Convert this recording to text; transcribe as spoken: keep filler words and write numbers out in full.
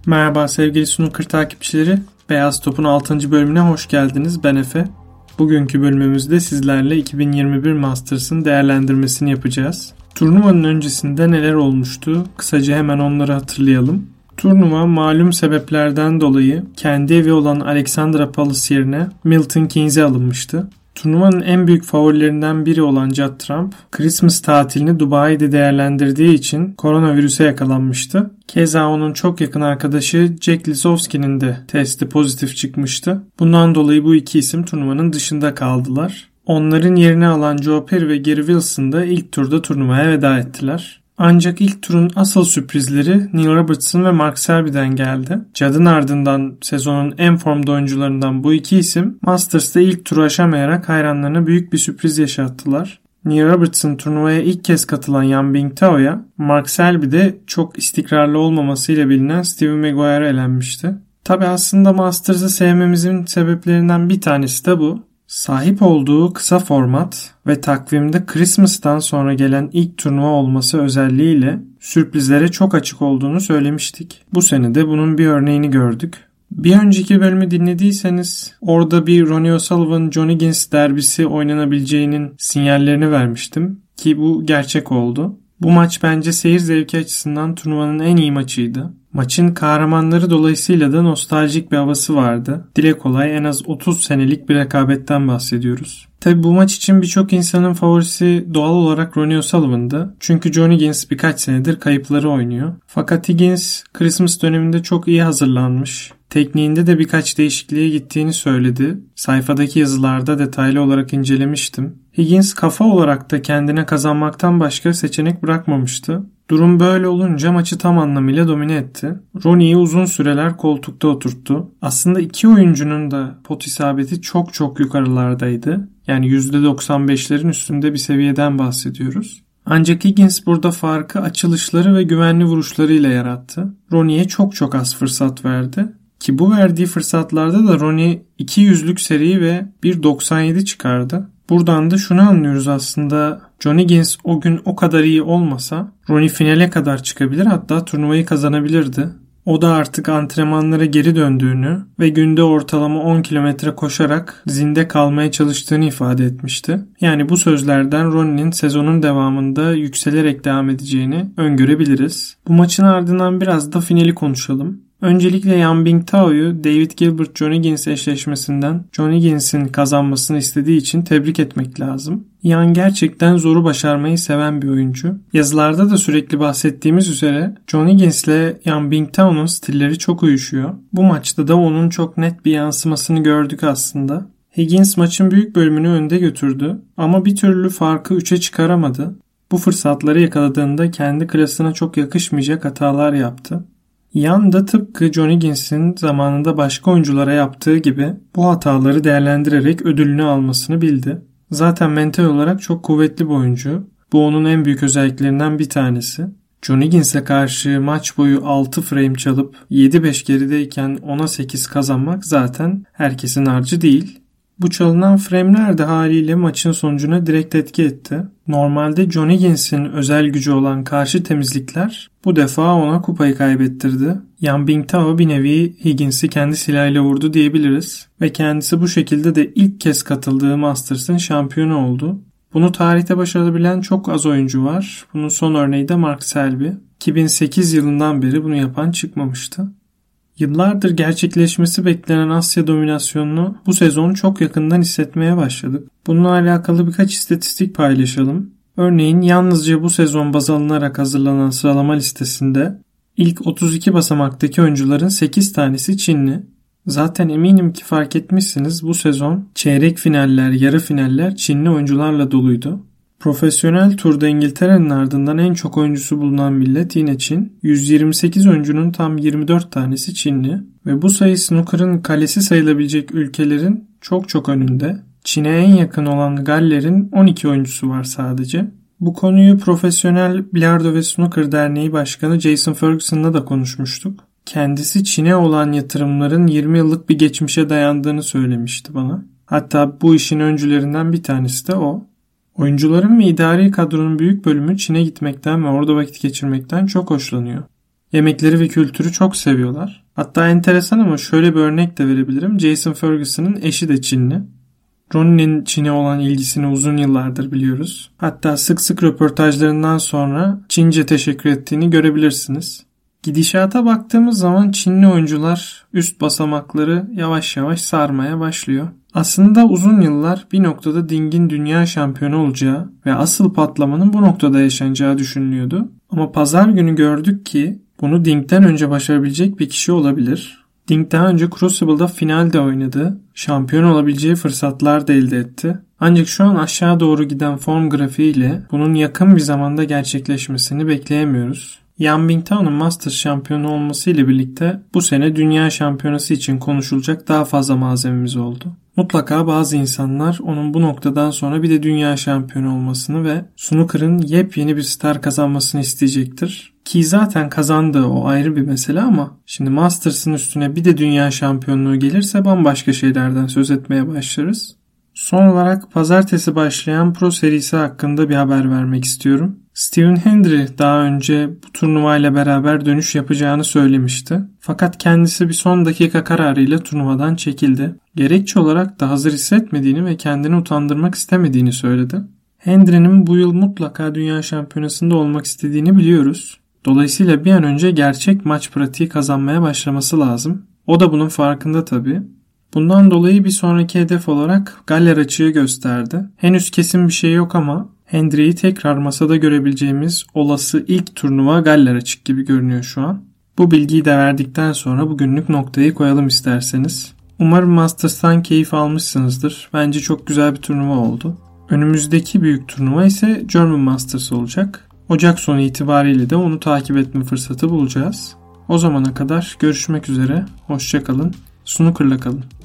Merhaba sevgili snooker takipçileri. Beyaz Top'un altıncı bölümüne hoş geldiniz. Ben Efe. Bugünkü bölümümüzde sizlerle iki bin yirmi bir Masters'ın değerlendirmesini yapacağız. Turnuvanın öncesinde neler olmuştu? Kısaca hemen onları hatırlayalım. Turnuva malum sebeplerden dolayı kendi evi olan Alexandra Palace yerine Milton Keynes'e alınmıştı. Turnuvanın en büyük favorilerinden biri olan Judd Trump, Christmas tatilini Dubai'de değerlendirdiği için koronavirüse yakalanmıştı. Keza onun çok yakın arkadaşı Jack Lisowski'nin de testi pozitif çıkmıştı. Bundan dolayı bu iki isim turnuvanın dışında kaldılar. Onların yerini alan Joe Perry ve Gary Wilson da ilk turda turnuvaya veda ettiler. Ancak ilk turun asıl sürprizleri Neil Robertson ve Mark Selby'den geldi. Judd'ın ardından sezonun en formda oyuncularından bu iki isim Masters'ta ilk turu aşamayarak hayranlarına büyük bir sürpriz yaşattılar. Neil Robertson turnuvaya ilk kez katılan Yan Bingtao'ya, Mark Selby de çok istikrarlı olmamasıyla bilinen Steve Maguire'a elenmişti. Tabi aslında Masters'ı sevmemizin sebeplerinden bir tanesi de bu. Sahip olduğu kısa format ve takvimde Christmas'tan sonra gelen ilk turnuva olması özelliğiyle sürprizlere çok açık olduğunu söylemiştik. Bu sene de bunun bir örneğini gördük. Bir önceki bölümü dinlediyseniz orada bir Ronnie O'Sullivan-Johnny Higgins derbisi oynanabileceğinin sinyallerini vermiştim ki bu gerçek oldu. Bu maç bence seyir zevki açısından turnuvanın en iyi maçıydı. Maçın kahramanları dolayısıyla da nostaljik bir havası vardı. Dile kolay en az otuz senelik bir rekabetten bahsediyoruz. Tabi bu maç için birçok insanın favorisi doğal olarak Ronnie O'Sullivan'dı. Çünkü Johnny Higgins birkaç senedir kayıpları oynuyor. Fakat Higgins Christmas döneminde çok iyi hazırlanmış. Tekniğinde de birkaç değişikliğe gittiğini söyledi. Sayfadaki yazılarda detaylı olarak incelemiştim. Higgins kafa olarak da kendine kazanmaktan başka seçenek bırakmamıştı. Durum böyle olunca maçı tam anlamıyla domine etti. Ronnie'yi uzun süreler koltukta oturttu. Aslında iki oyuncunun da pot isabeti çok çok yukarılardaydı. Yani yüzde doksan beşlerin üstünde bir seviyeden bahsediyoruz. Ancak Higgins burada farkı açılışları ve güvenli vuruşlarıyla yarattı. Ronnie'ye çok çok az fırsat verdi. Ki bu verdiği fırsatlarda da Ronnie iki yüzlük seri ve bir doksan yedi çıkardı. Buradan da şunu anlıyoruz aslında. Johnny Higgins o gün o kadar iyi olmasa Ronnie finale kadar çıkabilir, hatta turnuvayı kazanabilirdi. O da artık antrenmanlara geri döndüğünü ve günde ortalama on kilometre koşarak zinde kalmaya çalıştığını ifade etmişti. Yani bu sözlerden Ronnie'nin sezonun devamında yükselerek devam edeceğini öngörebiliriz. Bu maçın ardından biraz da finali konuşalım. Öncelikle Yan Bingtao'yu David Gilbert-Johnny Higgins eşleşmesinden Johnny Higgins'in kazanmasını istediği için tebrik etmek lazım. Yan gerçekten zoru başarmayı seven bir oyuncu. Yazılarda da sürekli bahsettiğimiz üzere Johnny Higgins ile Yan Bingtao'nun stilleri çok uyuşuyor. Bu maçta da onun çok net bir yansımasını gördük aslında. Higgins maçın büyük bölümünü önde götürdü ama bir türlü farkı üçe çıkaramadı. Bu fırsatları yakaladığında kendi klasına çok yakışmayacak hatalar yaptı. Yan da tıpkı Johnny Higgins'in zamanında başka oyunculara yaptığı gibi bu hataları değerlendirerek ödülünü almasını bildi. Zaten mental olarak çok kuvvetli bir oyuncu. Bu onun en büyük özelliklerinden bir tanesi. Johnny Higgins'e karşı maç boyu altı frame çalıp yedi beş gerideyken ona sekiz kazanmak zaten herkesin harcı değil. Bu çalınan frame'ler de haliyle maçın sonucuna direkt etki etti. Normalde Johnny Higgins'in özel gücü olan karşı temizlikler bu defa ona kupayı kaybettirdi. Yan Bingtao bir nevi Higgins'i kendi silahıyla vurdu diyebiliriz. Ve kendisi bu şekilde de ilk kez katıldığı Masters'ın şampiyonu oldu. Bunu tarihte başarabilen çok az oyuncu var. Bunun son örneği de Mark Selby. iki bin sekiz yılından beri bunu yapan çıkmamıştı. Yıllardır gerçekleşmesi beklenen Asya dominasyonunu bu sezon çok yakından hissetmeye başladık. Bununla alakalı birkaç istatistik paylaşalım. Örneğin yalnızca bu sezon baz alınarak hazırlanan sıralama listesinde ilk otuz iki basamaktaki oyuncuların sekiz tanesi Çinli. Zaten eminim ki fark etmişsiniz, bu sezon çeyrek finaller, yarı finaller Çinli oyuncularla doluydu. Profesyonel turda İngiltere'nin ardından en çok oyuncusu bulunan millet yine Çin. yüz yirmi sekiz oyuncunun tam yirmi dört tanesi Çinli ve bu sayı snooker'ın kalesi sayılabilecek ülkelerin çok çok önünde. Çin'e en yakın olan Galler'in on iki oyuncusu var sadece. Bu konuyu Profesyonel Bilardo ve Snooker Derneği Başkanı Jason Ferguson'la da konuşmuştuk. Kendisi Çin'e olan yatırımların yirmi yıllık bir geçmişe dayandığını söylemişti bana. Hatta bu işin öncülerinden bir tanesi de o. Oyuncuların ve idari kadronun büyük bölümü Çin'e gitmekten ve orada vakit geçirmekten çok hoşlanıyor. Yemekleri ve kültürü çok seviyorlar. Hatta enteresan ama şöyle bir örnek de verebilirim. Jason Ferguson'ın eşi de Çinli. Ronnie'nin Çin'e olan ilgisini uzun yıllardır biliyoruz. Hatta sık sık röportajlarından sonra Çince teşekkür ettiğini görebilirsiniz. Gidişata baktığımız zaman Çinli oyuncular üst basamakları yavaş yavaş sarmaya başlıyor. Aslında uzun yıllar bir noktada Ding'in dünya şampiyonu olacağı ve asıl patlamanın bu noktada yaşanacağı düşünülüyordu. Ama pazar günü gördük ki bunu Ding'den önce başarabilecek bir kişi olabilir. Ding daha önce Crucible'da finalde oynadı. Şampiyon olabileceği fırsatlar da elde etti. Ancak şu an aşağı doğru giden form grafiğiyle bunun yakın bir zamanda gerçekleşmesini bekleyemiyoruz. Yan Bingtao'nun Masters şampiyonu olması ile birlikte bu sene dünya şampiyonası için konuşulacak daha fazla malzememiz oldu. Mutlaka bazı insanlar onun bu noktadan sonra bir de dünya şampiyonu olmasını ve snooker'ın yepyeni bir star kazanmasını isteyecektir. Ki zaten kazandığı o ayrı bir mesele ama şimdi Masters'ın üstüne bir de dünya şampiyonluğu gelirse bambaşka şeylerden söz etmeye başlarız. Son olarak pazartesi başlayan Pro serisi hakkında bir haber vermek istiyorum. Stephen Hendry daha önce bu turnuvayla beraber dönüş yapacağını söylemişti. Fakat kendisi bir son dakika kararıyla turnuvadan çekildi. Gerekçe olarak da hazır hissetmediğini ve kendini utandırmak istemediğini söyledi. Hendry'nin bu yıl mutlaka dünya şampiyonasında olmak istediğini biliyoruz. Dolayısıyla bir an önce gerçek maç pratiği kazanmaya başlaması lazım. O da bunun farkında tabii. Bundan dolayı bir sonraki hedef olarak Galler açığı gösterdi. Henüz kesin bir şey yok ama Hendry'yi tekrar masada görebileceğimiz olası ilk turnuva Galler açık gibi görünüyor şu an. Bu bilgiyi de verdikten sonra bugünlük noktayı koyalım isterseniz. Umarım Masters'tan keyif almışsınızdır. Bence çok güzel bir turnuva oldu. Önümüzdeki büyük turnuva ise German Masters olacak. Ocak sonu itibariyle de onu takip etme fırsatı bulacağız. O zamana kadar görüşmek üzere. Hoşça kalın. Snooker'la kalın.